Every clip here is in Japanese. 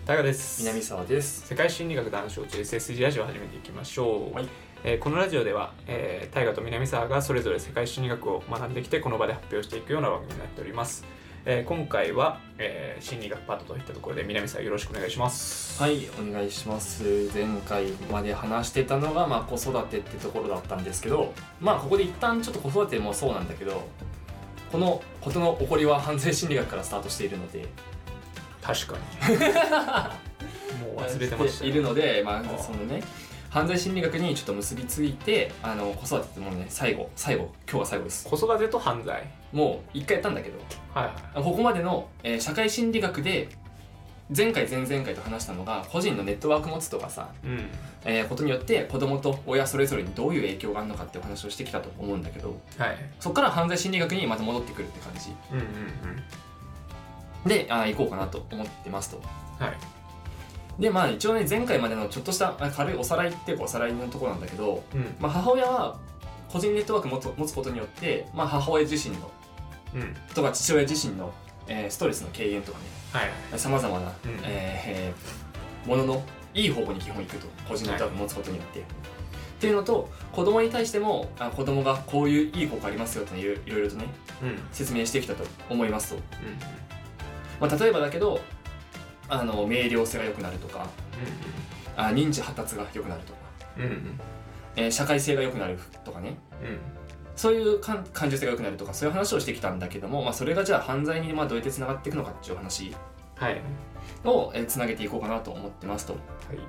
大河です。 南沢です。 世界心理学談笑中 SSG ラジオを始めていきましょう。 はい。 このラジオでは、大河と南沢がそれぞれ世界心理学を学んできてこの場で発表していくような番組になっております。今回は、心理学パートといったところで南沢よろしくお願いします。 はい、お願いします。前回まで話してたのが、子育てってところだったんですけど、ここで一旦ちょっと子育てもそうなんだけど、この事の起こりは犯罪心理学からスタートしているので、 確かにもう忘れてましたいるので、そのね、犯罪心理学にちょっと結びついて、子育てってもうね、最後今日が最後です。 子育てと犯罪、 もう一回やったんだけど、ここまでの、社会心理学で前回前々回と話したのが個人のネットワーク持つとかさ、ことによって子供と親それぞれにどういう影響があるのかっていう話をしてきたと思うんだけど、そこから犯罪心理学にまた戻ってくるって感じ、で行こうかなと思ってますと。で一応ね、前回までのちょっとした軽いおさらいっていうかおさらいのところなんだけど、母親は個人ネットワーク持つことによって、母親自身の、とか父親自身の、ストレスの軽減とかね、さまざまな、もののいい方向に基本行くと、個人ネットワーク持つことによって、っていうのと、子供に対しても子供がこういういい効果ありますよっていういろいろとね、説明してきたと思いますと。例えばだけど、明瞭性が良くなるとか、認知発達が良くなるとか、社会性が良くなるとかね、そういう感受性が良くなるとか、そういう話をしてきたんだけども、それがじゃあ犯罪にどうやってつながっていくのかっていう話をつなげていこうかなと思ってますと。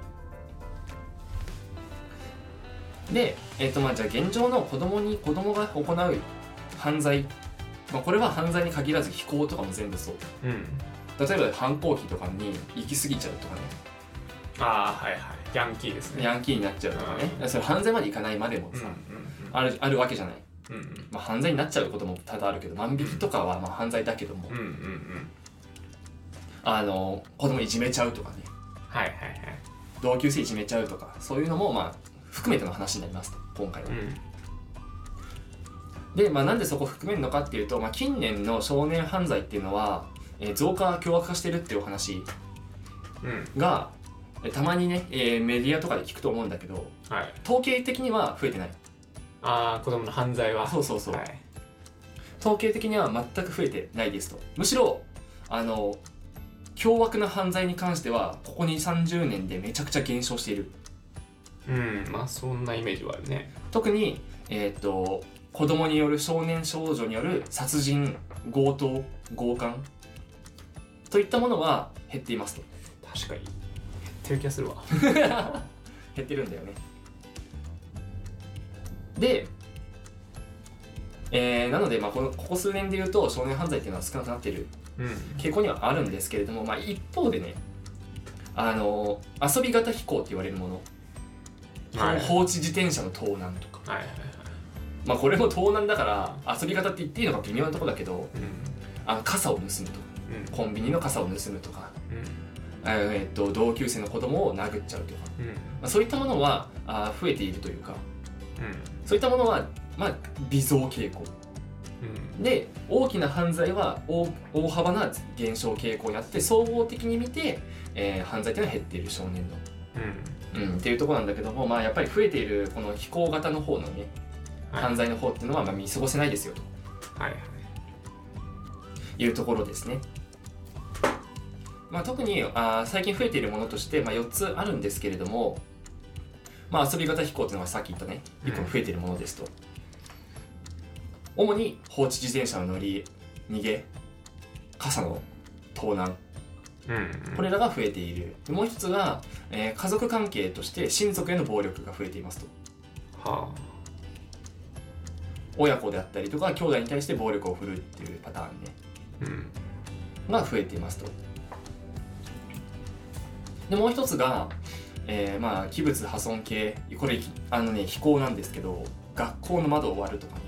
で、じゃあ現状の子供が行う犯罪、これは犯罪に限らず非行とかも全部そう。例えば反抗期とかに行き過ぎちゃうとかね。 ヤンキーですね。 ヤンキーになっちゃうとかね。それ犯罪までいかないまでもさ、あるわけじゃない。犯罪になっちゃうことも多々あるけど、万引きとかは犯罪だけども、子供いじめちゃうとかね。同級生いじめちゃうとか、そういうのも含めての話になりますと、今回は。で、なんでそこ含めるのかっていうと、近年の少年犯罪っていうのは、増加凶悪化してるっていうお話が、たまにね、メディアとかで聞くと思うんだけど、統計的には増えてない。 子供の犯罪はそう、統計的には全く増えてないですと。むしろ凶悪な犯罪に関してはここ2、30年でめちゃくちゃ減少している。 そんなイメージはあるね。 特に子供による、少年少女による殺人、強盗、強姦といったものは減っていますと。 確かに減ってる気がするわ減ってるんだよね。で、なのでここ数年でいうと少年犯罪っていうのは少なくなっている傾向にはあるんですけれども、一方でね、遊び型非行って言われるもの、放置自転車の盗難とか、これも盗難だから遊び方って言っていいのか微妙なところだけど、傘を盗むとか、コンビニの傘を盗むとか、同級生の子供を殴っちゃうとか、そういったものは増えているというか、そういったものは微増傾向、で大きな犯罪は大幅な減少傾向にあって、総合的に見て、犯罪というのは減っている少年の、っていうところなんだけども、やっぱり増えているこの非行型の方のね、犯罪の方っていうのは見過ごせないですよと、いうところですね。特に最近増えているものとして、4つあるんですけれども、遊び型非行っていうのがさっき言ったね、1個増えているものですと。主に放置自転車の乗り逃げ、傘の盗難、これらが増えている。もう一つが、家族関係として親族への暴力が増えていますと。親子であったりとか兄弟に対して暴力を振るうっていうパターンね、が増えていますと。でもう一つが、器物破損系、これ非行なんですけど、学校の窓を割るとかね。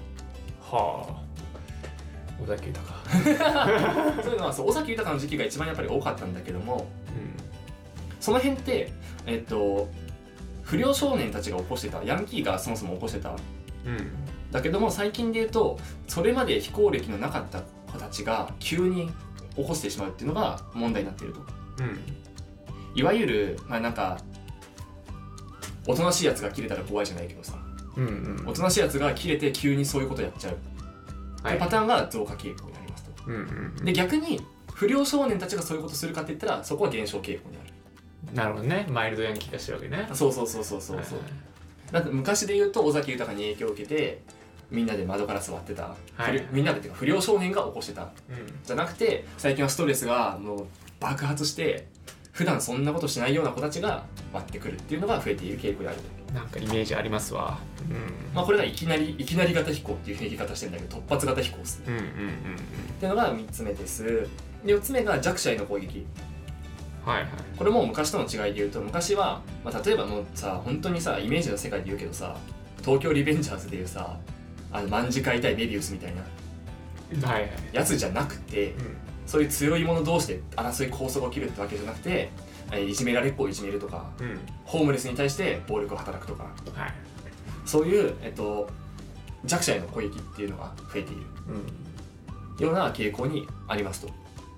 尾崎豊そういうのは尾崎豊の時期が一番やっぱり多かったんだけども、その辺って不良少年たちが起こしてた、ヤンキーがそもそも起こしてた、だけども最近で言うとそれまで非行歴のなかった子たちが急に起こしてしまうっていうのが問題になっていると、 いわゆるなんかおとなしいやつが切れたら怖いじゃないけどさ、おとなしいやつが切れて急にそういうことやっちゃう、はい、パターンが増加傾向になりますと、で逆に不良少年たちがそういうことするかって言ったらそこは減少傾向にある。 なるほどね、マイルドヤンキー化してるわけね。 そう、だって昔で言うと尾崎豊に影響を受けてみんなで窓ガラス割ってた、みんなでっていうか不良少年が起こしてた、じゃなくて最近はストレスがもう爆発して普段そんなことしないような子たちが割ってくるっていうのが増えている傾向である。 なんかイメージありますわ。 これがいきなり型飛行っていう言い方してるんだけど突発型飛行ですね、っていうのが3つ目です。で4つ目が弱者への攻撃。これも昔との違いで言うと、昔は、例えばもうさ本当にさイメージの世界で言うけどさ、東京リベンジャーズでいうさ卍会対メビウスみたいなやつじゃなくて、そういう強い者同士で争い抗争が起きるってわけじゃなくて、いじめられっ子をいじめるとか、ホームレスに対して暴力を働くとか、そういう、弱者への攻撃っていうのが増えている、ような傾向にありますと。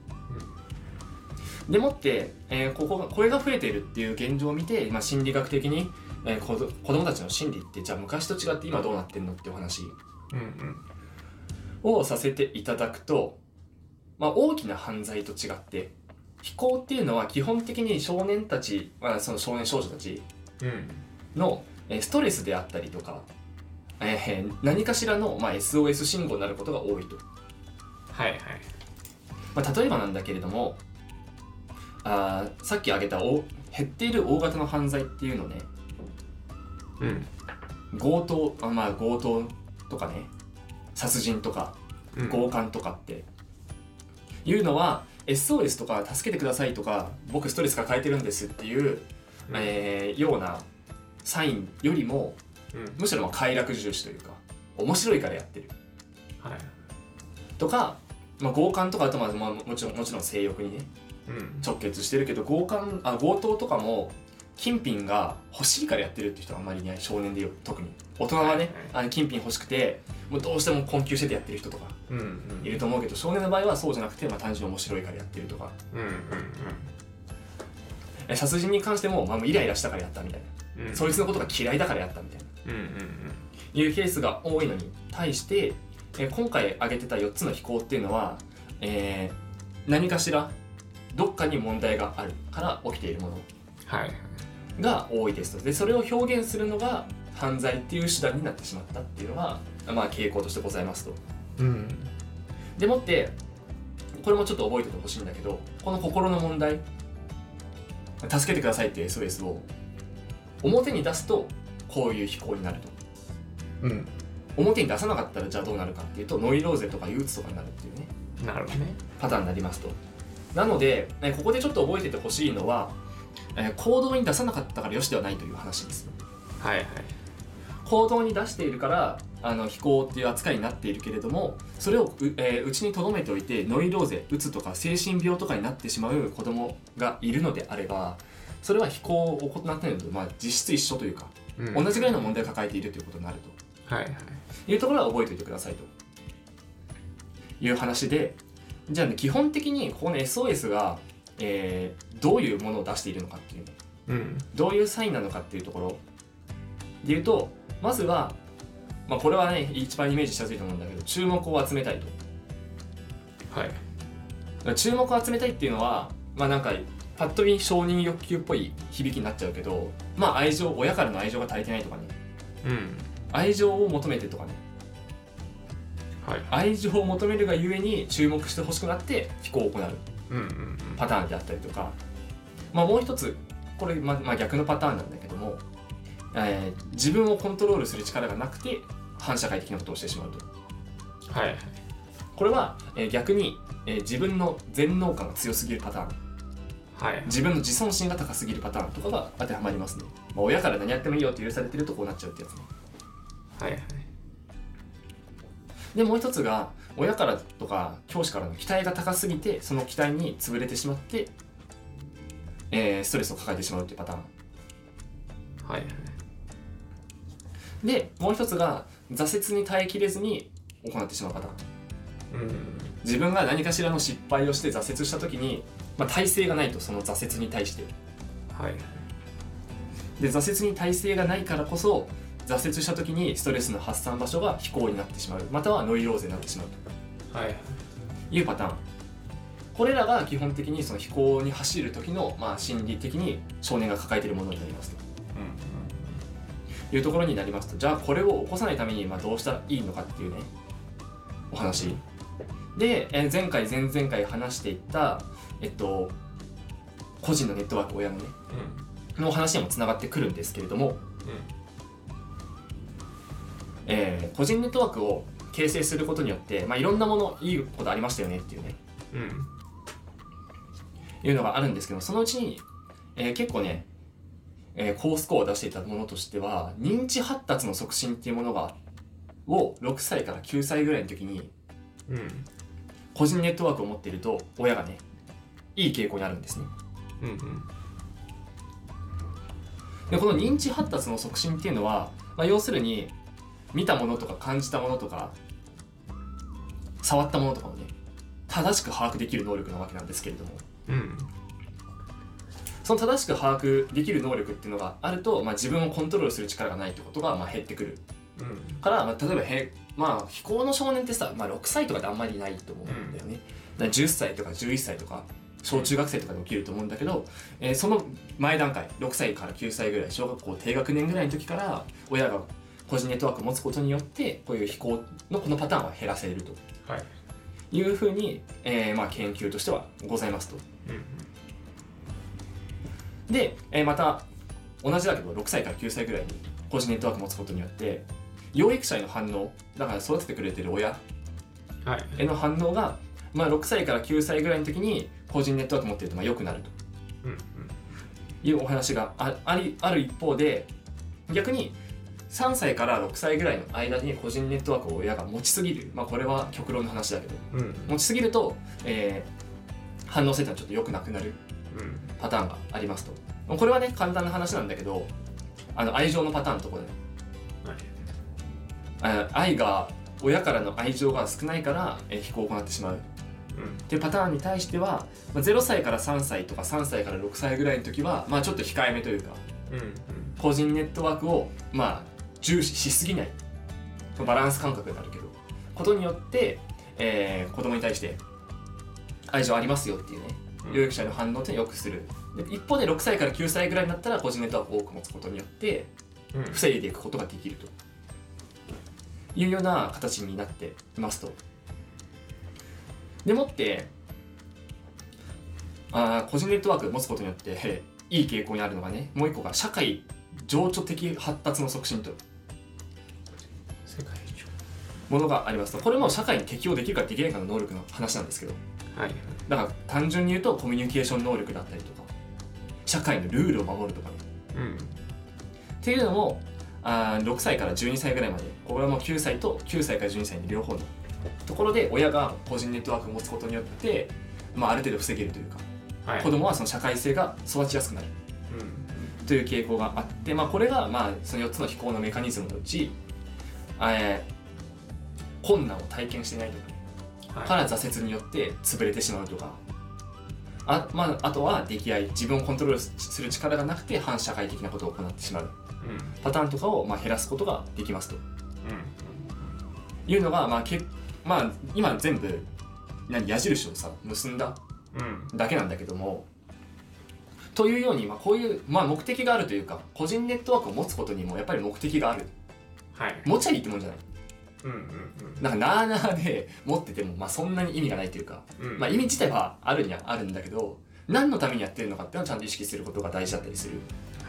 でもって、これが増えているっていう現状を見て、心理学的に、子供たちの心理ってじゃあ昔と違って今どうなってんのっていう話をさせていただくと、大きな犯罪と違って非行っていうのは基本的に少年たち、その少年少女たちの、ストレスであったりとか、何かしらの、SOS 信号になることが多いと。例えばなんだけれども、さっき挙げた減っている大型の犯罪っていうのね、強盗とかね、殺人とか強姦とかっていうのは、SOS とか助けてくださいとか僕ストレス抱えてるんですっていう、ようなサインよりも、むしろ快楽重視というか面白いからやってる、とか、強姦とかだともちろん性欲にね、直結してるけど、強盗とかも金品が欲しいからやってるって人はあんまりいない。少年で特に大人はね、金品欲しくてもうどうしても困窮しててやってる人とかいると思うけど、少年の場合はそうじゃなくて、単純に面白いからやってるとか、殺人に関しても、イライラしたからやったみたいな、そいつのことが嫌いだからやったみたいな、いうケースが多いのに対して、今回挙げてた4つの非行っていうのは、何かしらどっかに問題があるから起きているものが多いですと。でそれを表現するのが犯罪っていう手段になってしまったっていうのが、傾向としてございますと。でもってこれもちょっと覚えておいてほしいんだけど、この心の問題、助けてくださいっていう SOS を表に出すとこういう非行になると、表に出さなかったらじゃあどうなるかっていうと、ノイローゼとか憂鬱とかになるっていうね、パターンになりますと。なので、ここでちょっと覚えててほしいのは、行動に出さなかったからよしではないという話です。行動に出しているから非行っていう扱いになっているけれども、それをうちに留めておいてノイローゼ、うつとか精神病とかになってしまう子供がいるのであれば、それは非行を行っているのと、実質一緒というか、同じぐらいの問題を抱えているということになると、いうところは覚えておいてくださいという話で、じゃあね、基本的にこの SOS が、どういうものを出しているのかっていう、どういうサインなのかっていうところでいうと、まずは、これはね一番イメージしやすいと思うんだけど、注目を集めたいと。注目を集めたいっていうのは、なんかパッと見承認欲求っぽい響きになっちゃうけど、親からの愛情が足りてないとかね、愛情を求めてとかね、愛情を求めるがゆえに注目してほしくなって非行を行うパターンであったりとか、もう一つこれ、逆のパターンなんだけども、自分をコントロールする力がなくて反社会的なことをしてしまうと。これは、逆に、自分の全能感が強すぎるパターン、自分の自尊心が高すぎるパターンとかが当てはまりますね。親から何やってもいいよって許されてるとこうなっちゃうってやつね。でもう一つが、親からとか教師からの期待が高すぎて、その期待に潰れてしまって、ストレスを抱えてしまうっていうパターン。でもう一つが、挫折に耐えきれずに行ってしまうパターン。自分が何かしらの失敗をして挫折した時に、耐性がないと、その挫折に対してはい、 で挫折に耐性がないからこそ挫折した時にストレスの発散場所が飛行になってしまう、またはノイローゼになってしまうと、はい、いうパターン。これらが基本的にその飛行に走る時の、心理的に少年が抱えているものになりますと、いうところになりますと、じゃあこれを起こさないためにどうしたらいいのかっていうねお話で、前回前々回話していった個人のネットワーク親のね、の話にもつながってくるんですけれども、個人ネットワークを形成することによって、いろんなものいいことありましたよねっていうね、いうのがあるんですけど、そのうちに、結構ね、高スコアを出していたものとしては認知発達の促進っていうものを6歳から9歳ぐらいの時に、個人ネットワークを持っていると親がねいい傾向にあるんですね。でこの認知発達の促進っていうのは、要するに見たものとか感じたものとか触ったものとかをね正しく把握できる能力なわけなんですけれども、その正しく把握できる能力っていうのがあると、自分をコントロールする力がないってことが減ってくる、から、例えば非行の少年ってさ、6歳とかであんまりいないと思うんだよね。だから10歳とか11歳とか小中学生とかで起きると思うんだけど、その前段階6歳から9歳ぐらい小学校低学年ぐらいの時から親が個人ネットワークを持つことによってこういう非行のこのパターンは減らせると、いうふうに、研究としてはございますと。で、また同じだけど6歳から9歳ぐらいに個人ネットワークを持つことによって養育者への反応だから育ててくれてる親への反応が、6歳から9歳ぐらいの時に個人ネットワーク持ってると良くなるというお話がある一方で、逆に3歳から6歳ぐらいの間に個人ネットワークを親が持ちすぎる、これは極論の話だけど、持ちすぎると、反応性がちょっと良くなくなるパターンがありますと。これはね簡単な話なんだけど、愛情のパターンのところで、親からの愛情が少ないから、非行を行ってしまうっていうパターンに対しては、0歳から3歳とか3歳から6歳ぐらいの時は、ちょっと控えめというか、個人ネットワークを重視しすぎないバランス感覚になるけどことによって、子供に対して愛情ありますよっていうね養育者の反応って良くする。で一方で6歳から9歳ぐらいになったら個人ネットワークを多く持つことによって防いでいくことができるというような形になっていますと。でもって個人ネットワークを持つことによっていい傾向にあるのがね、もう一個が社会情緒的発達の促進とものがありますと、これも社会に適応できるかできないかの能力の話なんですけど、だから単純に言うとコミュニケーション能力だったりとか社会のルールを守るとかね、っていうのも6歳から12歳ぐらいまで、これはもう9歳と9歳から12歳の両方のところで親が個人ネットワークを持つことによって、ある程度防げるというか、子供はその社会性が育ちやすくなる、という傾向があって、これがその4つの非行のメカニズムのうち、困難を体験していないとか、から挫折によって潰れてしまうとか、あとは溺愛、自分をコントロールする力がなくて反社会的なことを行ってしまうパターンとかを減らすことができますと、いうのが、今全部矢印をさ結んだだけなんだけども、というように、こういう、目的があるというか、個人ネットワークを持つことにもやっぱり目的がある、持ちゃいいってもんじゃない、なんかなあなあで持ってても、そんなに意味がないというか、意味自体はあるにはあるんだけど、何のためにやってるのかっていうのをちゃんと意識することが大事だったりする。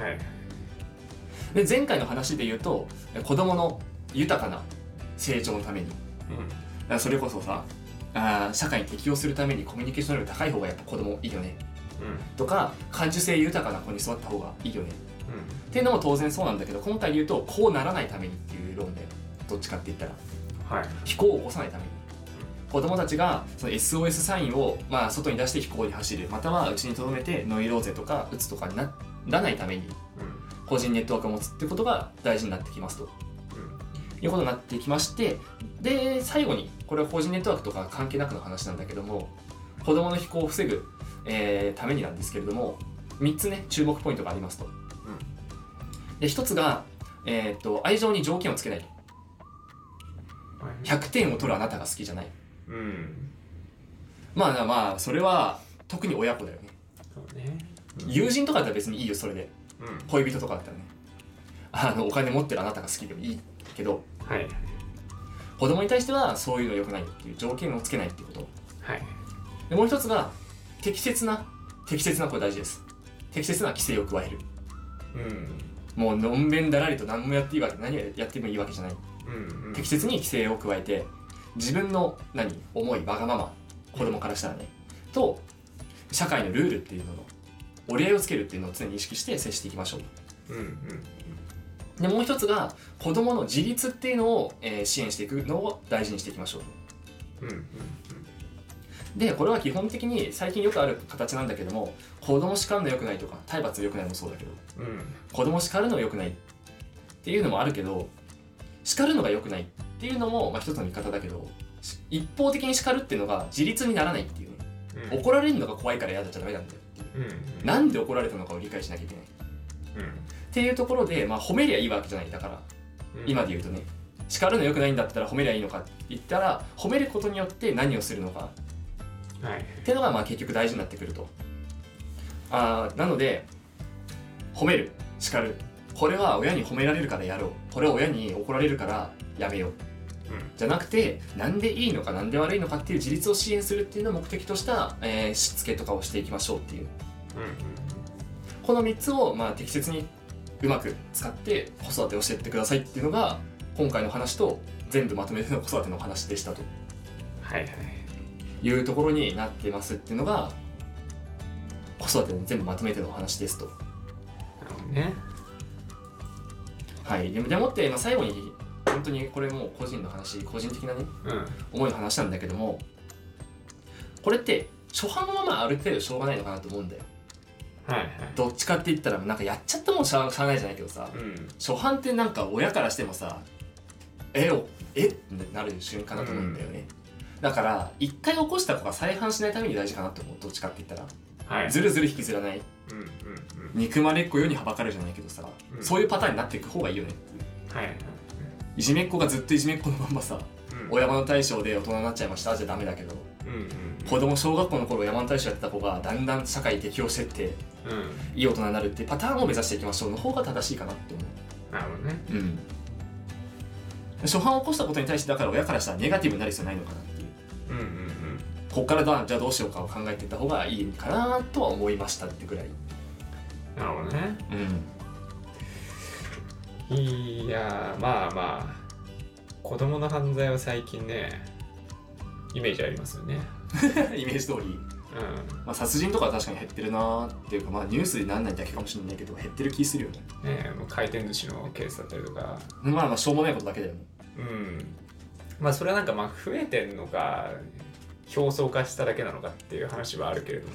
で前回の話で言うと、子供の豊かな成長のために、だからそれこそさ社会に適応するためにコミュニケーション能力高い方がやっぱ子供いいよね、とか感受性豊かな子に育った方がいいよね、っていうのも当然そうなんだけど、今回で言うとこうならないためにっていう論で、どっちかって言ったら、非行を起こさないために、子供たちがその SOS サインを外に出して非行に走る、またはうちに留めてノイローゼとかうつとかにならないために、個人ネットワークを持つってことが大事になってきますと、いうことになってきまして、で最後にこれは個人ネットワークとか関係なくの話なんだけども、子供の非行を防ぐ、ためになんですけれども、 3つね注目ポイントがありますと。で1つが、愛情に条件をつけないと。100点を取るあなたが好きじゃない。まあそれは特に親子だよね。 そうね。 友人とかだったら別にいいよそれで。恋人とかだったらね、お金持ってるあなたが好きでもいいけど、子供に対してはそういうの良くないっていう条件をつけないっていうこと。でもう一つが適切なこれ大事です。適切な規制を加える。もうのんべんだらりと何もやっていいわけ、何をやってもいいわけじゃない。適切に規制を加えて、自分の思いわがまま、子供からしたらね、と社会のルールっていうのの折り合いをつけるっていうのを常に意識して接していきましょう。でもう一つが子供の自立っていうのを、支援していくのを大事にしていきましょう。でこれは基本的に最近よくある形なんだけども、子供叱るの良くないとか体罰良くないもそうだけど、子供叱るの良くないっていうのもあるけど、叱るのが良くないっていうのも一つの見方だけど、一方的に叱るっていうのが自立にならないっていうね、怒られるのが怖いから嫌だっちゃダメなんだよっていう、なんで怒られたのかを理解しなきゃいけない、っていうところで、褒めりゃいいわけじゃない。だから、今で言うとね、叱るの良くないんだったら褒めりゃいいのかって言ったら、褒めることによって何をするのかっていうのが結局大事になってくると。なので褒める、叱る、これは親に褒められるからやろう、これは親に怒られるからやめよう、じゃなくて、なんでいいのかなんで悪いのかっていう自立を支援するっていうのを目的とした、しつけとかをしていきましょうっていう、この3つを適切にうまく使って子育てをしていってくださいっていうのが今回の話と全部まとめての子育ての話でしたというところになってますっていうのが子育ての全部まとめてのお話ですと。でもって、最後に本当にこれもう個人の話、個人的なね、思いの話なんだけども、これって初版はある程度しょうがないのかなと思うんだよ。どっちかって言ったらやっちゃったもんしゃあないじゃないけどさ、初版って親からしてもさ、ってなる瞬間だと思うんだよね。だから一回起こした子が再犯しないために大事かなと思う。どっちかって言ったら、ずるずる引きずらない、憎まれっ子世にはばかるじゃないけどさ、そういうパターンになっていく方がいいよねっていう。いじめっ子がずっといじめっ子のまんまさ、山の大将で大人になっちゃいましたじゃダメだけど、子供小学校の頃山の大将やってた子がだんだん社会に適応してって、いい大人になるっていうパターンを目指していきましょうの方が正しいかなって思う。 なるほどね。 初犯を起こしたことに対してだから親からしたらネガティブになる必要ないのかなっていう、こっからじゃあどうしようかを考えていった方がいいかなとは思いましたってぐらい。 なるほどね。いや子供の犯罪は最近ねイメージありますよね。 イメージ通り、殺人とかは確かに減ってるなーっていうか、ニュースにならないだけかもしれないけど減ってる気するよね。 もう回転寿司のケースだったりとか、 しょうもないことだけだよね。 それは増えてんのか表層化しただけなのかっていう話はあるけれど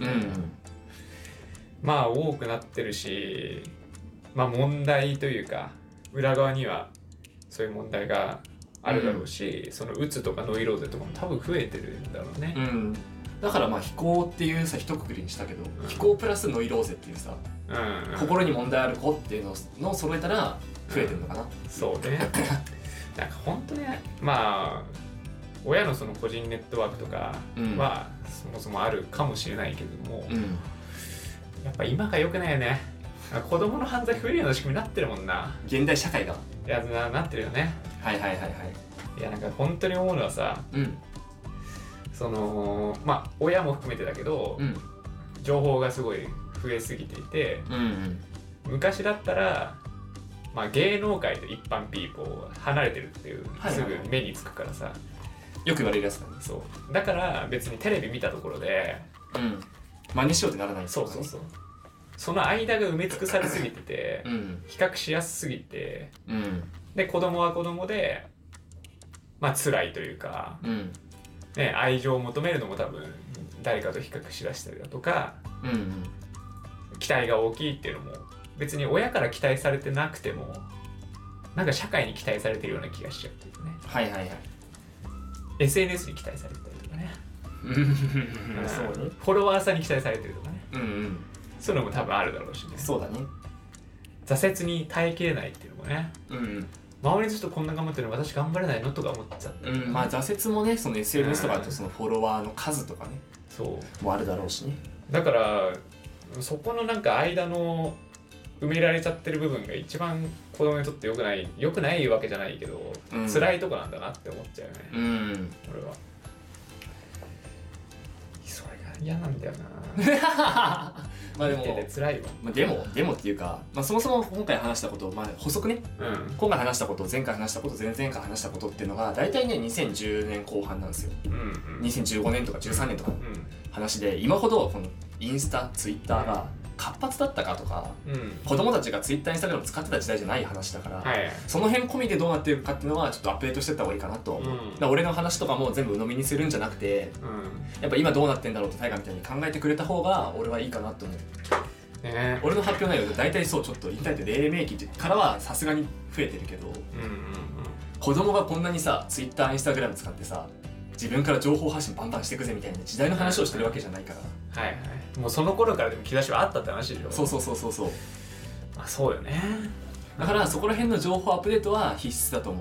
も、多くなってるし、問題というか裏側にはそういう問題があるだろうし、そのうつとかノイローゼとかも多分増えてるんだろうね。 だから非行っていうさ一括りにしたけど、非行プラスノイローゼっていうさ、心に問題ある子っていうのを揃えたら増えてるのかな。 そうね。本当ね、親のその個人ネットワークとかはそもそもあるかもしれないけれども、やっぱ今が良くないよね。子供の犯罪増えるような仕組みになってるもんな、 現代社会が。 なってるよね。いや本当に思うのはさ、その親も含めてだけど、情報がすごい増えすぎていて、昔だったら芸能界と一般ピーポー離れてるっていう、すぐ目につくからさ、 よく言われるやつだね。 そうだから別にテレビ見たところで真似しようってならない。 そうその間が埋め尽くされすぎてて、比較しやすすぎて、で子供は子供で辛いというか、愛情を求めるのも多分誰かと比較しだしたりだとか、期待が大きいっていうのも別に親から期待されてなくても社会に期待されてるような気がしちゃうっていうね。SNS に期待されてたりとかね、 そうね。 フォロワーさんに期待されてるとかね、 そういうのも多分あるだろうしね。 そうだね。 挫折に耐えきれないっていうのもね、周りの人こんな頑張ってるの私頑張れないのとか思っちゃって、 まあ挫折もね、その SNS とかだとそのフォロワーの数とかね、 そうもあるだろうしね。 だからそこのなんか間の埋められちゃってる部分が一番子供にとって良くないわけじゃないけど、辛いとこなんだなって思っちゃうよね。俺はそれが嫌なんだよな。まあでも辛いわ。 まあ、でもっていうか、まあ、そもそも今回話したこと、まあ、補足ね、今回話したこと、前回話したこと、前々回話したことっていうのが大体ね2010年後半なんですよ。2015年とか13年とかの話で、今ほどこのインスタ、ツイッターが活発だったかとか、子供たちがツイッター、インスタグラム使ってた時代じゃない話だから、その辺込みでどうなってるかっていうのはちょっとアップデートしてった方がいいかなと。だから俺の話とかも全部鵜呑みにするんじゃなくて、やっぱ今どうなってんだろうって大河みたいに考えてくれた方が俺はいいかなと思う。俺の発表内容で大体そう、ちょっとインターネットで黎明期からはさすがに増えてるけど、子供がこんなにさツイッター、インスタグラム使ってさ自分から情報発信バンバンしていくぜみたいな時代の話をしてるわけじゃないから、 もうその頃からでも兆しはあったって話でしょ。 そうまあそうよね。 だからそこら辺の情報アップデートは必須だと思う。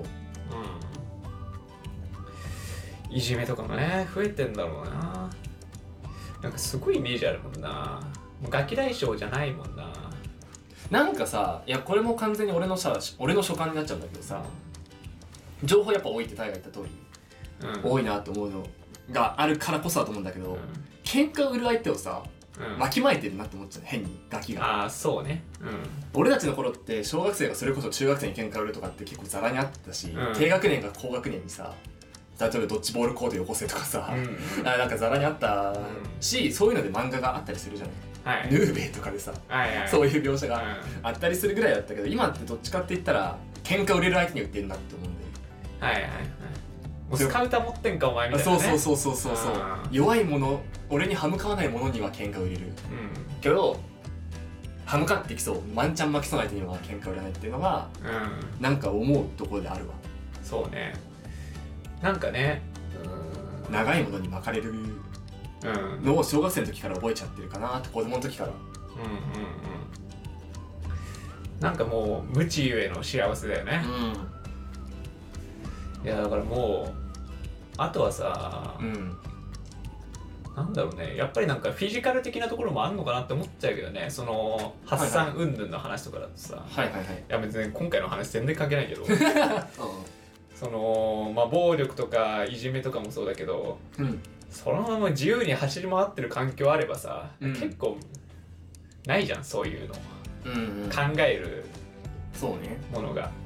いじめとかもね増えてんだろうな。なんかすごいイメージあるもんな。もうガキ大将じゃないもんな。 なんかさ、いやこれも完全に俺の所感になっちゃうんだけどさ、情報やっぱ多いって大が言った通り、多いなと思うのがあるからこそだと思うんだけど、喧嘩を売る相手をさ、わきまえてるなって思っちゃう、変にガキが。 そうね。 俺たちの頃って小学生がそれこそ中学生に喧嘩売るとかって結構ザラにあったし、低学年が高学年にさ、例えばドッジボールコートよこせとかさ、なんかザラにあったし、そういうので漫画があったりするじゃない。ヌーベイとかでさ、そういう描写があったりするぐらいだったけど、今ってどっちかって言ったら喧嘩売れる相手に売ってるなって思うんで。 もうスカウター持ってんかお前みたいなね。 そう弱いもの、俺に歯向かわないものには喧嘩売れる、けど歯向かってきそう、ワンチャン負けそうな相手には喧嘩売れないっていうのが、なんか思うところであるわ。 そうね。なんかね、 長いものに巻かれるのを小学生の時から覚えちゃってるかなって、子供の時から。 なんかもう無知ゆえの幸せだよね。いやだからもうあとはさ、なんだろうね、やっぱりなんかフィジカル的なところもあんのかなって思っちゃうけどね。その発散云々の話とかだとさ、いや別に今回の話全然関係ないけどそのまあ暴力とかいじめとかもそうだけど、そのまま自由に走り回ってる環境あればさ、結構ないじゃん、そういうの、考えるものが。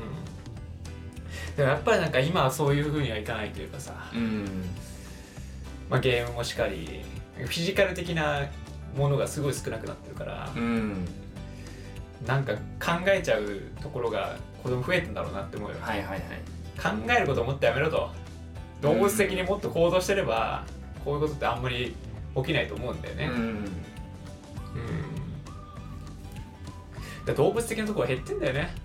でもやっぱりなんか今はそういう風にはいかないというかさ、まあ、ゲームもしかりフィジカル的なものがすごい少なくなってるから、なんか考えちゃうところが子供増えてんだろうなって思うよ。考えることをもっとやめろと。動物的にもっと行動してればこういうことってあんまり起きないと思うんだよね。動物的なところは減ってんだよね。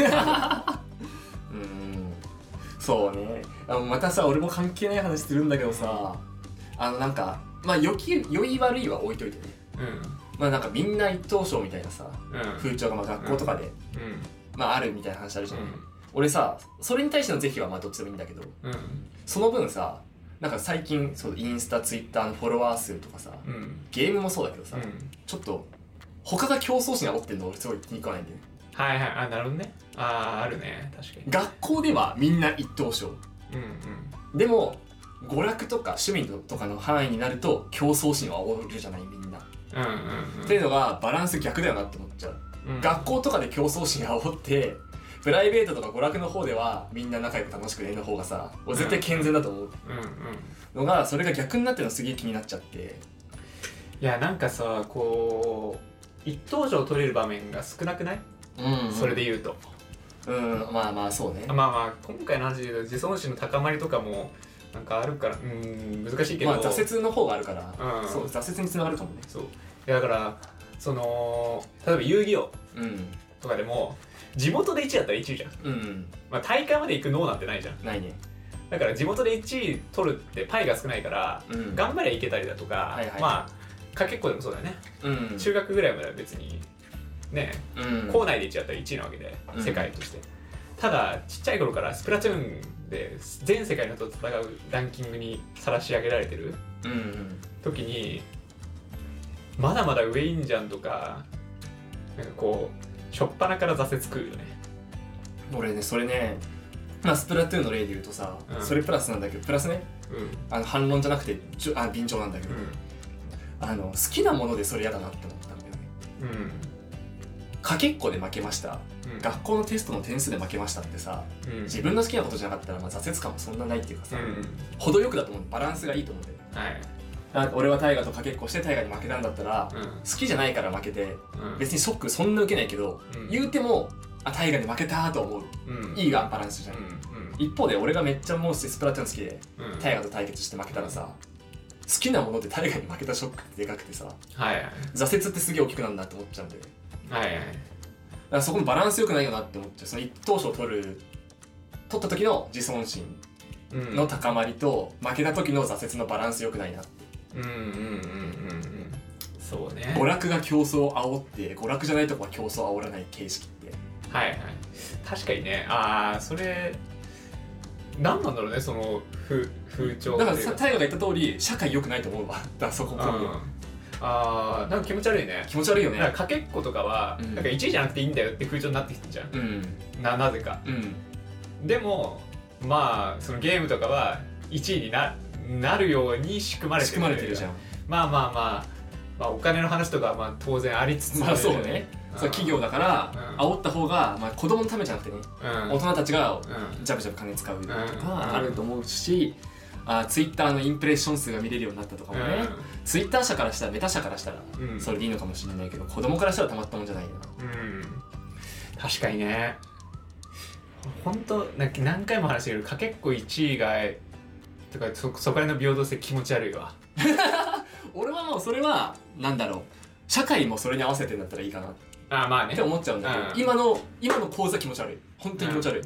そうね。またさ、俺も関係ない話するんだけどさ、なんかまあ良い悪いは置いといてね、まあなんかみんな一等賞みたいなさ、風潮がまあ学校とかで、まああるみたいな話あるじゃん。俺さ、それに対しての是非はまあどっちでもいいんだけど、その分さ、なんか最近そうインスタ、ツイッターのフォロワー数とかさ、ゲームもそうだけどさ、ちょっと他が競争心煽ってるの俺すごい気に食わないんだよね。 なるほどね。あるね、確かに。 学校ではみんな一等賞、でも娯楽とか趣味とかの範囲になると競争心を煽るじゃない、みんな。っていうのがバランス逆だよなって思っちゃう。学校とかで競争心煽ってプライベートとか娯楽の方ではみんな仲良く楽しくねの方がさ、俺絶対健全だと思うのが、それが逆になってるのすげえ気になっちゃって。 いやなんかさ、こう一等賞取れる場面が少なくない？それで言うと。 まあまあそうね。 まあ今回の話で言うと自尊心の高まりとかもなんかあるから、難しいけど、 まあ挫折の方があるから、そう挫折につながるかもね。 そう。いやだからその例えば遊戯王とかでも地元で1位だったら1位じゃん。まあ大会まで行く脳なんてないじゃん。 ないね。 だから地元で1位取るってパイが少ないから、頑張りゃいけたりだとか、まあかけっこでもそうだよね、 うん、 中学ぐらいまでは別にね、 うん、 校内で1位だったら1位なわけで、世界として、ただちっちゃい頃からスプラトゥーンで全世界の人と戦うランキングにさらし上げられてる時に、まだまだ上いんじゃんとか、なんかこう初っ端から挫折食うよね。 俺ねそれね、まあスプラトゥーンの例で言うとさ、それプラスなんだけど、プラスね、反論じゃなくて便乗なんだけど、好きなものでそれ嫌だなって思ったんだよね。かけっこで負けました、学校のテストの点数で負けましたってさ、自分の好きなことじゃなかったらまあ挫折感もそんなないっていうかさ、程よくだと思う。バランスがいいと思うんだよ。俺は大河とかけっこして大河に負けたんだったら、好きじゃないから負けて、別にショックそんな受けないけど、言うても大河に負けたと思う、いいがバランスじゃん、一方で俺がめっちゃもうスプラトゥーン好きで、大河と対決して負けたらさ、好きなもので大河に負けたショックってでかくてさ、挫折ってすげえ大きくなるなって思っちゃうんだよね。だからそこのバランス良くないよなって思っちゃう。その一等賞を取った時の自尊心の高まりと、負けた時の挫折のバランス良くないなって。 そうね。 娯楽が競争を煽って、娯楽じゃないとこは競争を煽らない形式って。 確かにね。それ何なんだろうね、その風潮。 だからさ、大河が言った通り社会良くないと思うわ。だからそこなんか気持ち悪いね。 気持ち悪いよね。 なんかかけっことかは、なんか1位じゃなくていいんだよって風潮になってきてんじゃん、なぜか、でもまあそのゲームとかは1位になるように仕組まれてるじゃん。 まあお金の話とかはまあ当然ありつつ、 まあそうね、企業だから煽った方が、まあ、子供のためじゃなくてね、大人たちがジャブジャブ金使うとかあると思うし、ツイッターのインプレッション数が見れるようになったとかもね、ツイッター社からしたらメタ社からしたらそれでいいのかもしれないけど、子供からしたらたまったもんじゃないよな。 確かにね。本当何回も話してるけど、かけっこ1位がとかそこらの平等性気持ち悪いわ。 俺はもうそれはなんだろう、社会もそれに合わせてんだったらいいかなまあねって思っちゃうんだけど、今の講座気持ち悪い。本当に気持ち悪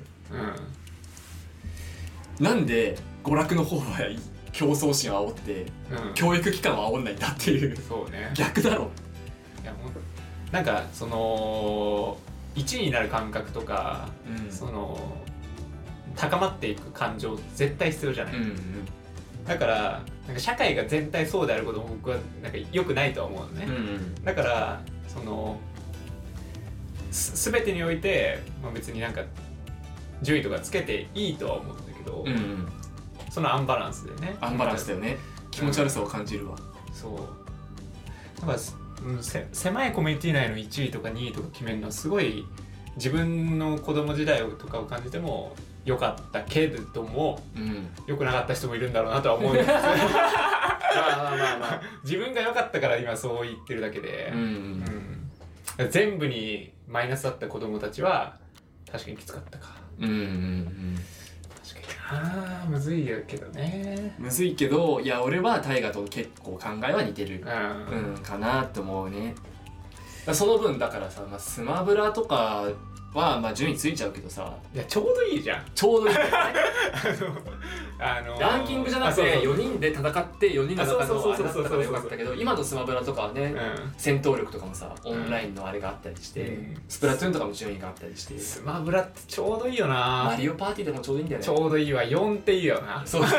い。なんで娯楽の方は競争心を煽って、教育機関を煽んないんだっていう。 そうね、 逆だろ。 いやなんかその1位になる感覚とか、その高まっていく感情絶対必要じゃない、だからなんか社会が全体そうであることも僕はなんか良くないとは思うのね、だからその全てにおいて、別になんか順位とかつけていいとは思うんだけど、そのアンバランスでね。 アンバランスだよね。気持ち悪さを感じるわ。 そうだから狭いコミュニティ内の1位とか2位とか決めるのはすごい自分の子供時代とかを感じても良かったけれども、良くなかった人もいるんだろうなとは思うんです自分が良かったから今そう言ってるだけで、全部にマイナスだった子供たちは確かにきつかったか。確かにむずいけどね。 むずいけど、いや俺は大河と結構考えは似てるかなと思うね。その分だからさ、スマブラとかは順位ついちゃうけどさ、 いやちょうどいいじゃん。 ちょうどいいんだよね。ランキングじゃなくて4人で戦って4人の中のあれだったからよかったけど、今のスマブラとかはね、戦闘力とかもさオンラインのあれがあったりして、スプラトゥーンとかも順位があったりして、 スマブラってちょうどいいよな。 マリオパーティーでもちょうどいいんだよね。 ちょうどいいわ。4っていいよな。 そう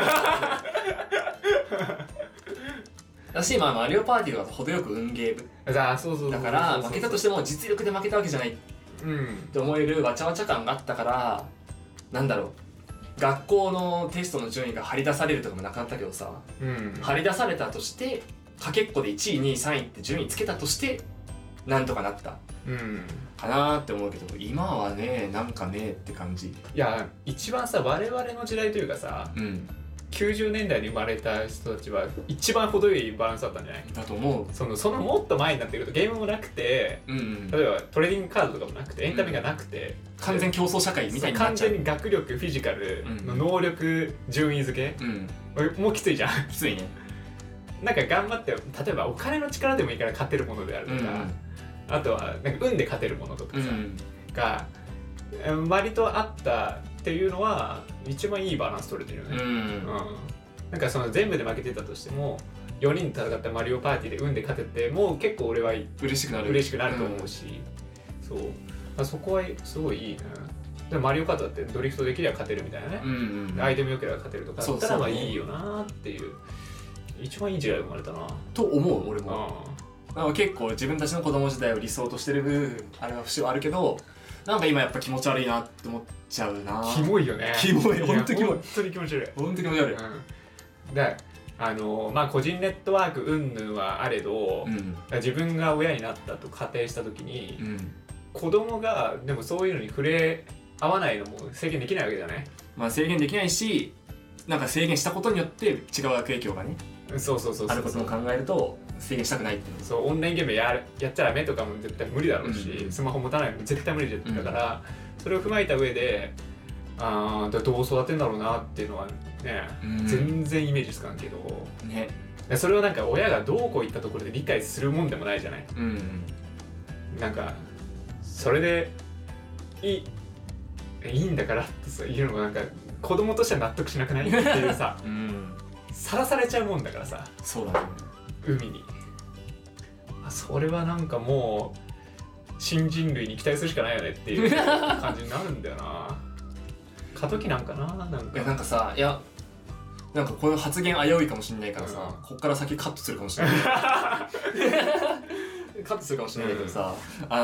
だし、マリオパーティーとかと程よく運ゲーだから負けたとしても実力で負けたわけじゃないって思えるわちゃわちゃ感があったから、なんだろう、学校のテストの順位が張り出されるとかもなくなったけどさ、張り出されたとしてかけっこで1位2位3位って順位つけたとしてなんとかなったかなって思うけど、今はねなんかねって感じ。 いや一番さ、我々の時代というかさ、90年代に生まれた人たちは一番程よいバランスだったんじゃない？ だと思う。 そのもっと前になってくるとゲームもなくて、例えばトレーディングカードとかもなくてエンタメがなくて、 完全競争社会みたいになっちゃう。 完全に学力フィジカルの能力順位付け、もうきついじゃん。 きついね。 なんか頑張って、例えばお金の力でもいいから勝てるものであるとか、あとはなんか運で勝てるものとかさ、が割とあったっていうのは一番いいバランス取れてるよね。なんかその全部で負けてたとしても 4人で戦ったマリオパーティーで運で勝ててもう結構俺は嬉しくなると思うし、そうそこはすごいいいね。でマリオカートだってドリフトできれば勝てるみたいなね、アイテム良ければ勝てるとかだったらまあいいよなっていう、一番いい時代生まれたなと思う俺も。結構自分たちの子供時代を理想としてるあれは節はあるけど、なんか今やっぱ気持ち悪いなって思っちゃうな。 キモいよね。 キモい、本当キモい。 本当に気持ち悪い。 本当に気持ち悪い。 でまあ個人ネットワーク云々はあれど、自分が親になったと仮定した時に、子供がでもそういうのに触れ合わないのも制限できないわけじゃない。 まあ制限できないし、なんか制限したことによって違う悪影響がね、 そうあることも考えると制限したくないっていう。 そうオンラインゲームやっちゃダメとかも絶対無理だろうし、スマホ持たないのも絶対無理だから、それを踏まえた上でどう育てんだろうなっていうのはね、全然イメージつかんけど、ね、それをなんか親がどうこういったところで理解するもんでもないじゃない。なんかそれでいいんだからってさ言うのもなんか子供としては納得しなくないっていうさ、さらされちゃうもんだからさ、 そうだね、 海に。それはなんかもう新人類に期待するしかないよねっていう感じになるんだよな。過渡期なんかな。 なんかさ、いやなんかこの発言危ういかもしれないからさ、こっから先カットするかもしれないカットするかもしれないけどさ、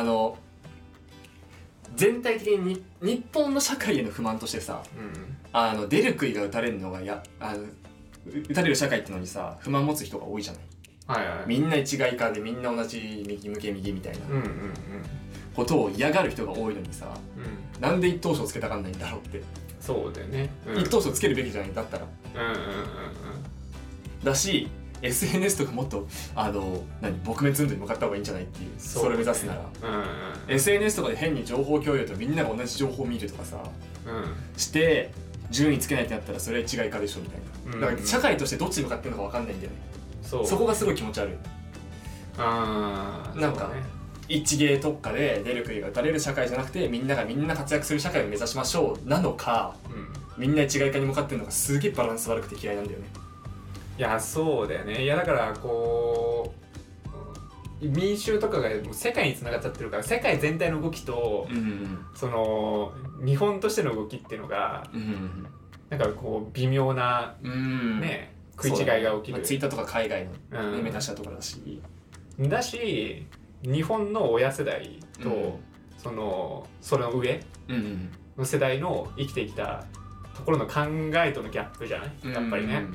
全体的に日本の社会への不満としてさ、出る杭が打たれるのが打たれる社会ってのにさ不満持つ人が多いじゃない。みんな一概化でみんな同じ右向け右みたいなことを嫌がる人が多いのにさ、なんで一等賞つけたがんないんだろうって。 そうだよね、 一等賞つけるべきじゃないんだったら。だし SNS とかもっと撲滅運動に向かった方がいいんじゃないっていう、それを目指すなら、SNS とかで変に情報共有とみんなが同じ情報を見るとかさ、して順位つけないってなったらそれは違いかでしょみたいな、だから社会としてどっちに向かってるのか分かんないんだよね。そこがすごい気持ち悪い。なんか一芸特化で出る杭が打たれる社会じゃなくて、みんながみんな活躍する社会を目指しましょうなのか、みんな一概化に向かってるのがすげえバランス悪くて嫌いなんだよね。 いやそうだよね。いやだからこう民衆とかがもう世界に繋がっちゃってるから、世界全体の動きと、その日本としての動きっていうのが、なんかこう微妙な、ね食い違いが起きる。 ツイッターとか海外の目指したところだし日本の親世代と、その上の世代の生きてきたところの考えとのギャップじゃない、やっぱりね。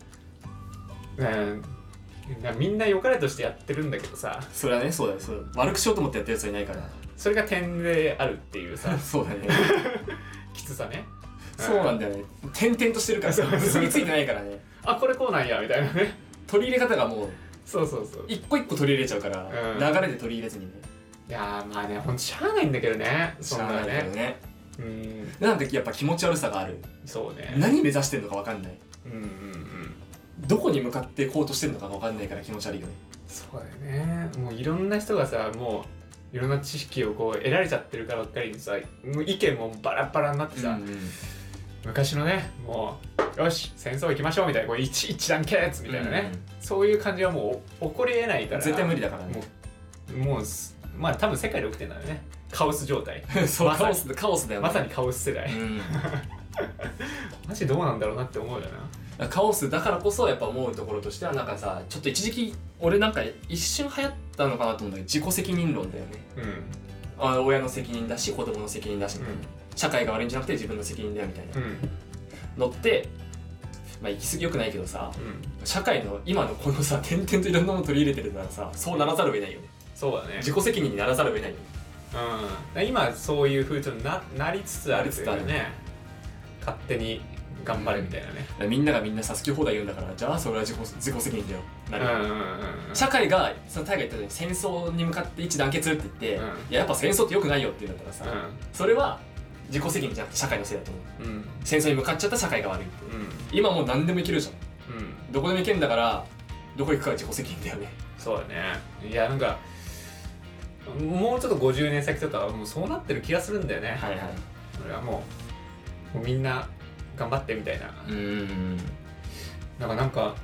みんな良かれとしてやってるんだけどさ、 それはね、そうだよ、悪くしようと思ってやってるやつはいないから、 それが点であるっていうさそうだねきつさね。 そうなんだよね、点々としてるからさ、結びついてないからねこれこうなんやみたいなね、 取り入れ方がもうそう一個一個取り入れちゃうから、流れで取り入れずにね。 いやまあね、ほんとしゃあないんだけどね、そんなね。 なんかやっぱ気持ち悪さがある。 そうね、 何目指してんのか分かんない。どこに向かってこうとしてるのか分かんないから気持ち悪いよね。 そうだよね。もういろんな人がさ、もういろんな知識をこう得られちゃってるからばっかりにさ、もう意見もバラバラになってさ、昔のね、もうよし戦争行きましょうみたいな、こう一団結みたいなね、そういう感じはもう起こり得ないから、 絶対無理だからね。 もうまあ多分世界で起きてるんだよね、カオス状態そう、カオスだよね。 まさにカオス世代マジどうなんだろうなって思うよな。カオスだからこそやっぱ思うところとしては、なんかさ、ちょっと一時期俺なんか一瞬流行ったのかなと思うんだけど、自己責任論だよね。親の責任だし子供の責任だし、社会が悪いんじゃなくて自分の責任だよみたいなのって、まあ行き過ぎよくないけどさ、社会の今のこのさ、点々といろんなもの取り入れてるならさ、そうならざるを得ないよね。 そうだね、 自己責任にならざるを得ないよね。今そういう風潮に なりつつあるというかね、勝手に頑張れみたいなね。 みんながみんなさ好き放題言うんだから、じゃあそれは自己責任だよなる。社会がそのタイが言ったように戦争に向かって一致団結って言って、いややっぱ戦争って良くないよって言うんだからさ、それは自己責任じゃなくて社会のせいだと思う。戦争に向かっちゃった社会が悪いって、今もう何でもいけるじゃん、どこでもいけるんだからどこ行くかは自己責任だよね。 そうだね。いやなんかもうちょっと50年先とかはもうそうなってる気がするんだよね。それはもうみんな頑張ってみたいな。なんか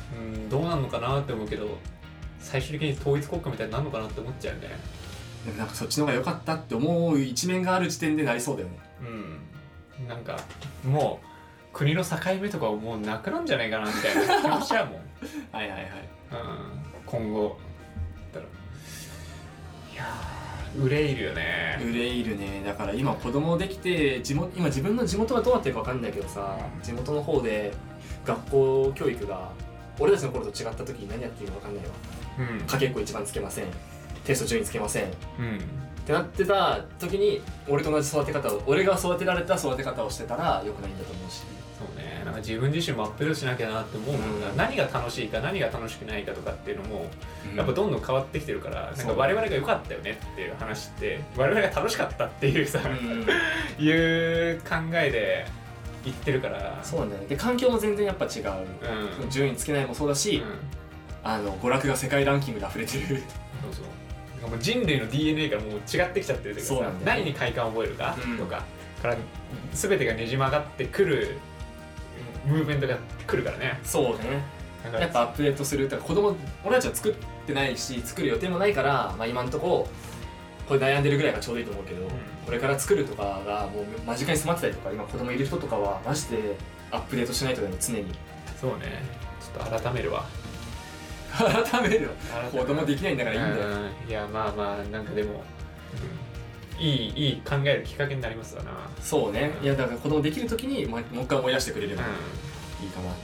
どうなんのかなって思うけど、最終的に統一国家みたいになるのかなって思っちゃうね。 でもなんかそっちの方が良かったって思う一面がある時点でなりそうだよね。 なんかもう国の境目とかもうなくなんじゃないかなみたいな気もしちゃうもんはいはいはい、 今後だろ。いやー憂いるよね。 憂いるね。だから今子供できて今自分の地元がどうなってるか分かんないけどさ、地元の方で学校教育が俺たちの頃と違った時に何やっていいのか分かんないわ。かけっこ一番つけません、テスト順位つけません、ってなってた時に俺と同じ育て方を、俺が育てられた育て方をしてたら良くないんだと思うし。 そうね、なんか自分自身もアップデートしなきゃなって思うもんな、何が楽しいか何が楽しくないかとかっていうのもやっぱどんどん変わってきてるから、なんか我々が良かったよねっていう話って我々が楽しかったっていうさ、いう考えで言ってるから。 そうね。で環境も全然やっぱ違う、順位つけないもそうだし、娯楽が世界ランキングで溢れてる。そうそう、もう人類の DNA がもう違ってきちゃってるというかさ、何に快感を覚えるかとかから全てがねじ曲がってくるムーブメントが来るからね。 そうね。やっぱアップデートするとか、俺たちは作ってないし作る予定もないから、今んとここれ悩んでるぐらいがちょうどいいと思うけど、これから作るとかがもう間近に迫ってたりとか、今子供いる人とかはマジでアップデートしないとね、常に。 そうね、ちょっと改めるわ。 改めるわ。子供できないんだからいいんだよ。 いやまあなんかでも、いい考えるきっかけになりますわな。 そうね。いやだから子供できるときにもう一回思い出してくれればいいかなって。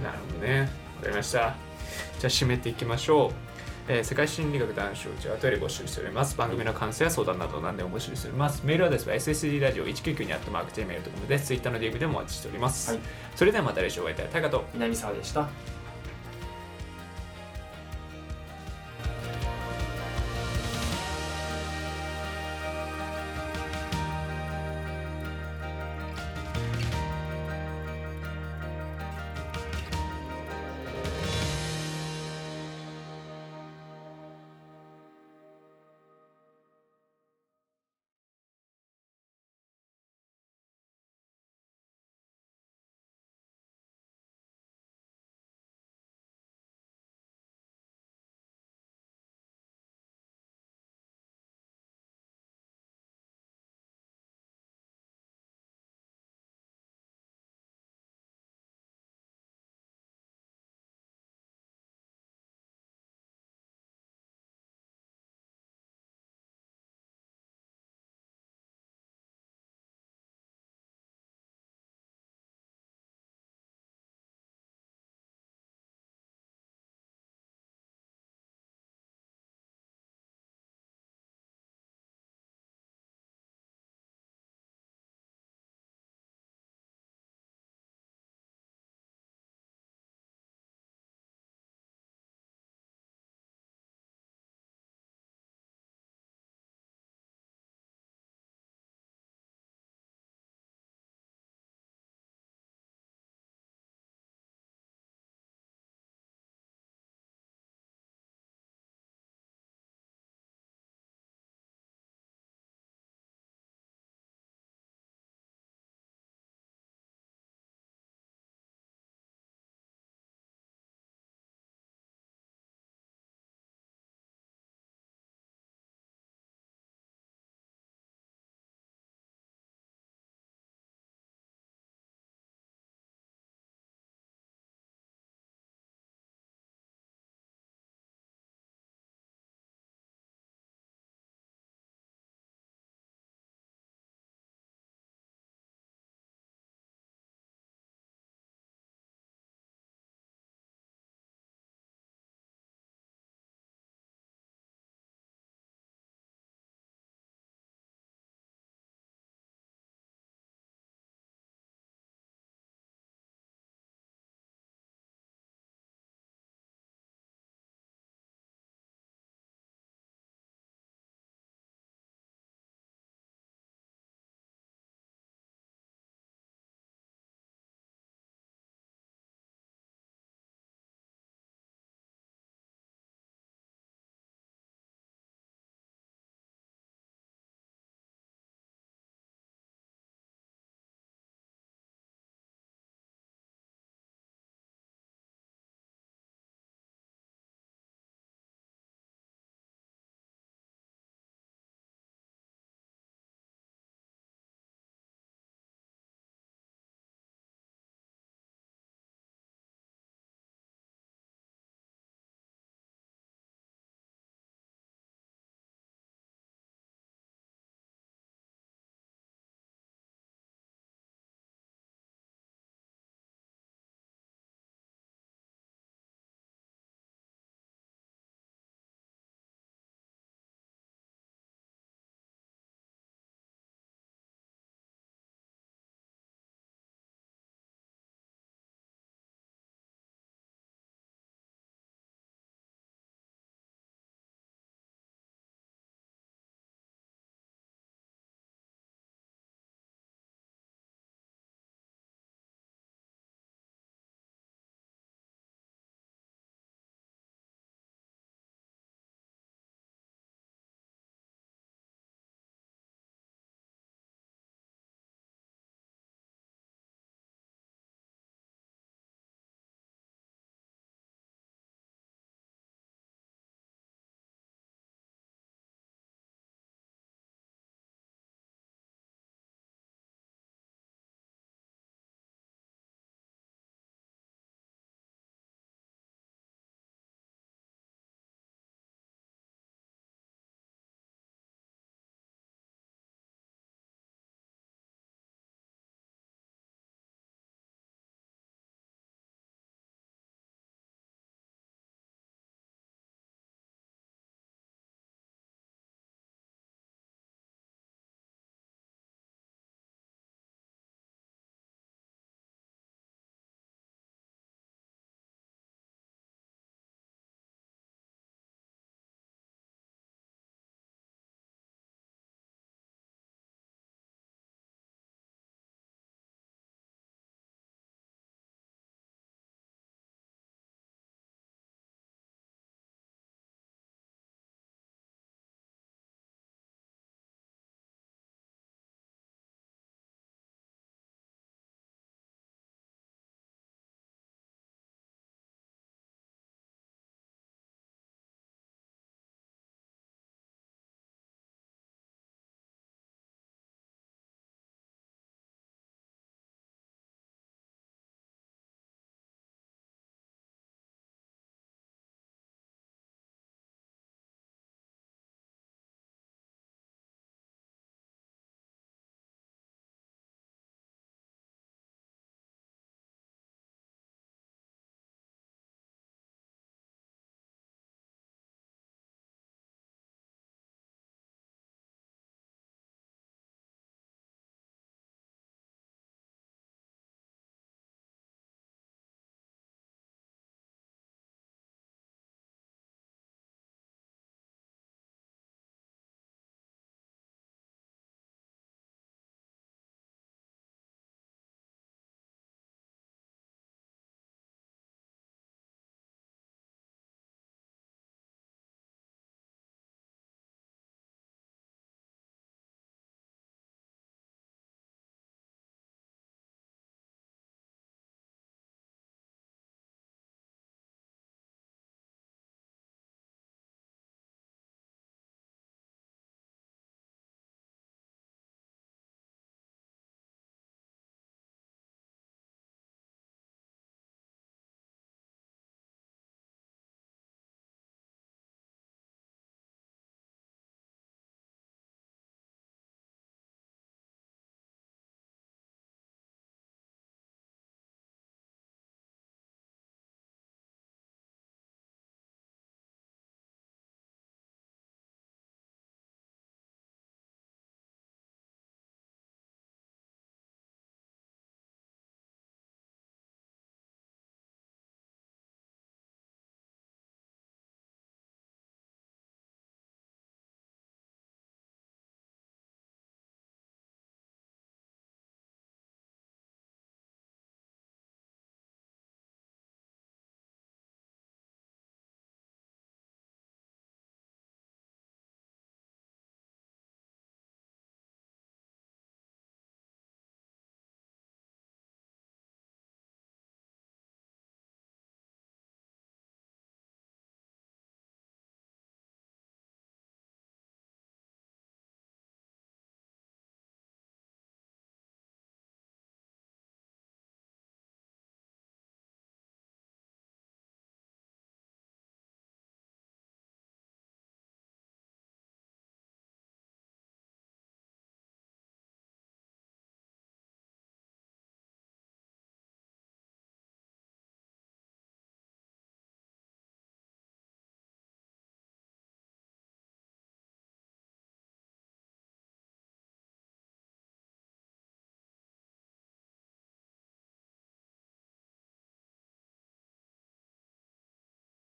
なるほどね。わかりました。じゃあ締めていきましょう。世界心理学男子うちはお便り募集しております。番組の感想や相談など何でも募集しております。メールアドレスは ssdradio199@gmail.com です。Twitter の DM でもお待ちしております。それではまた来週お会いいたい。タカと南沢でした。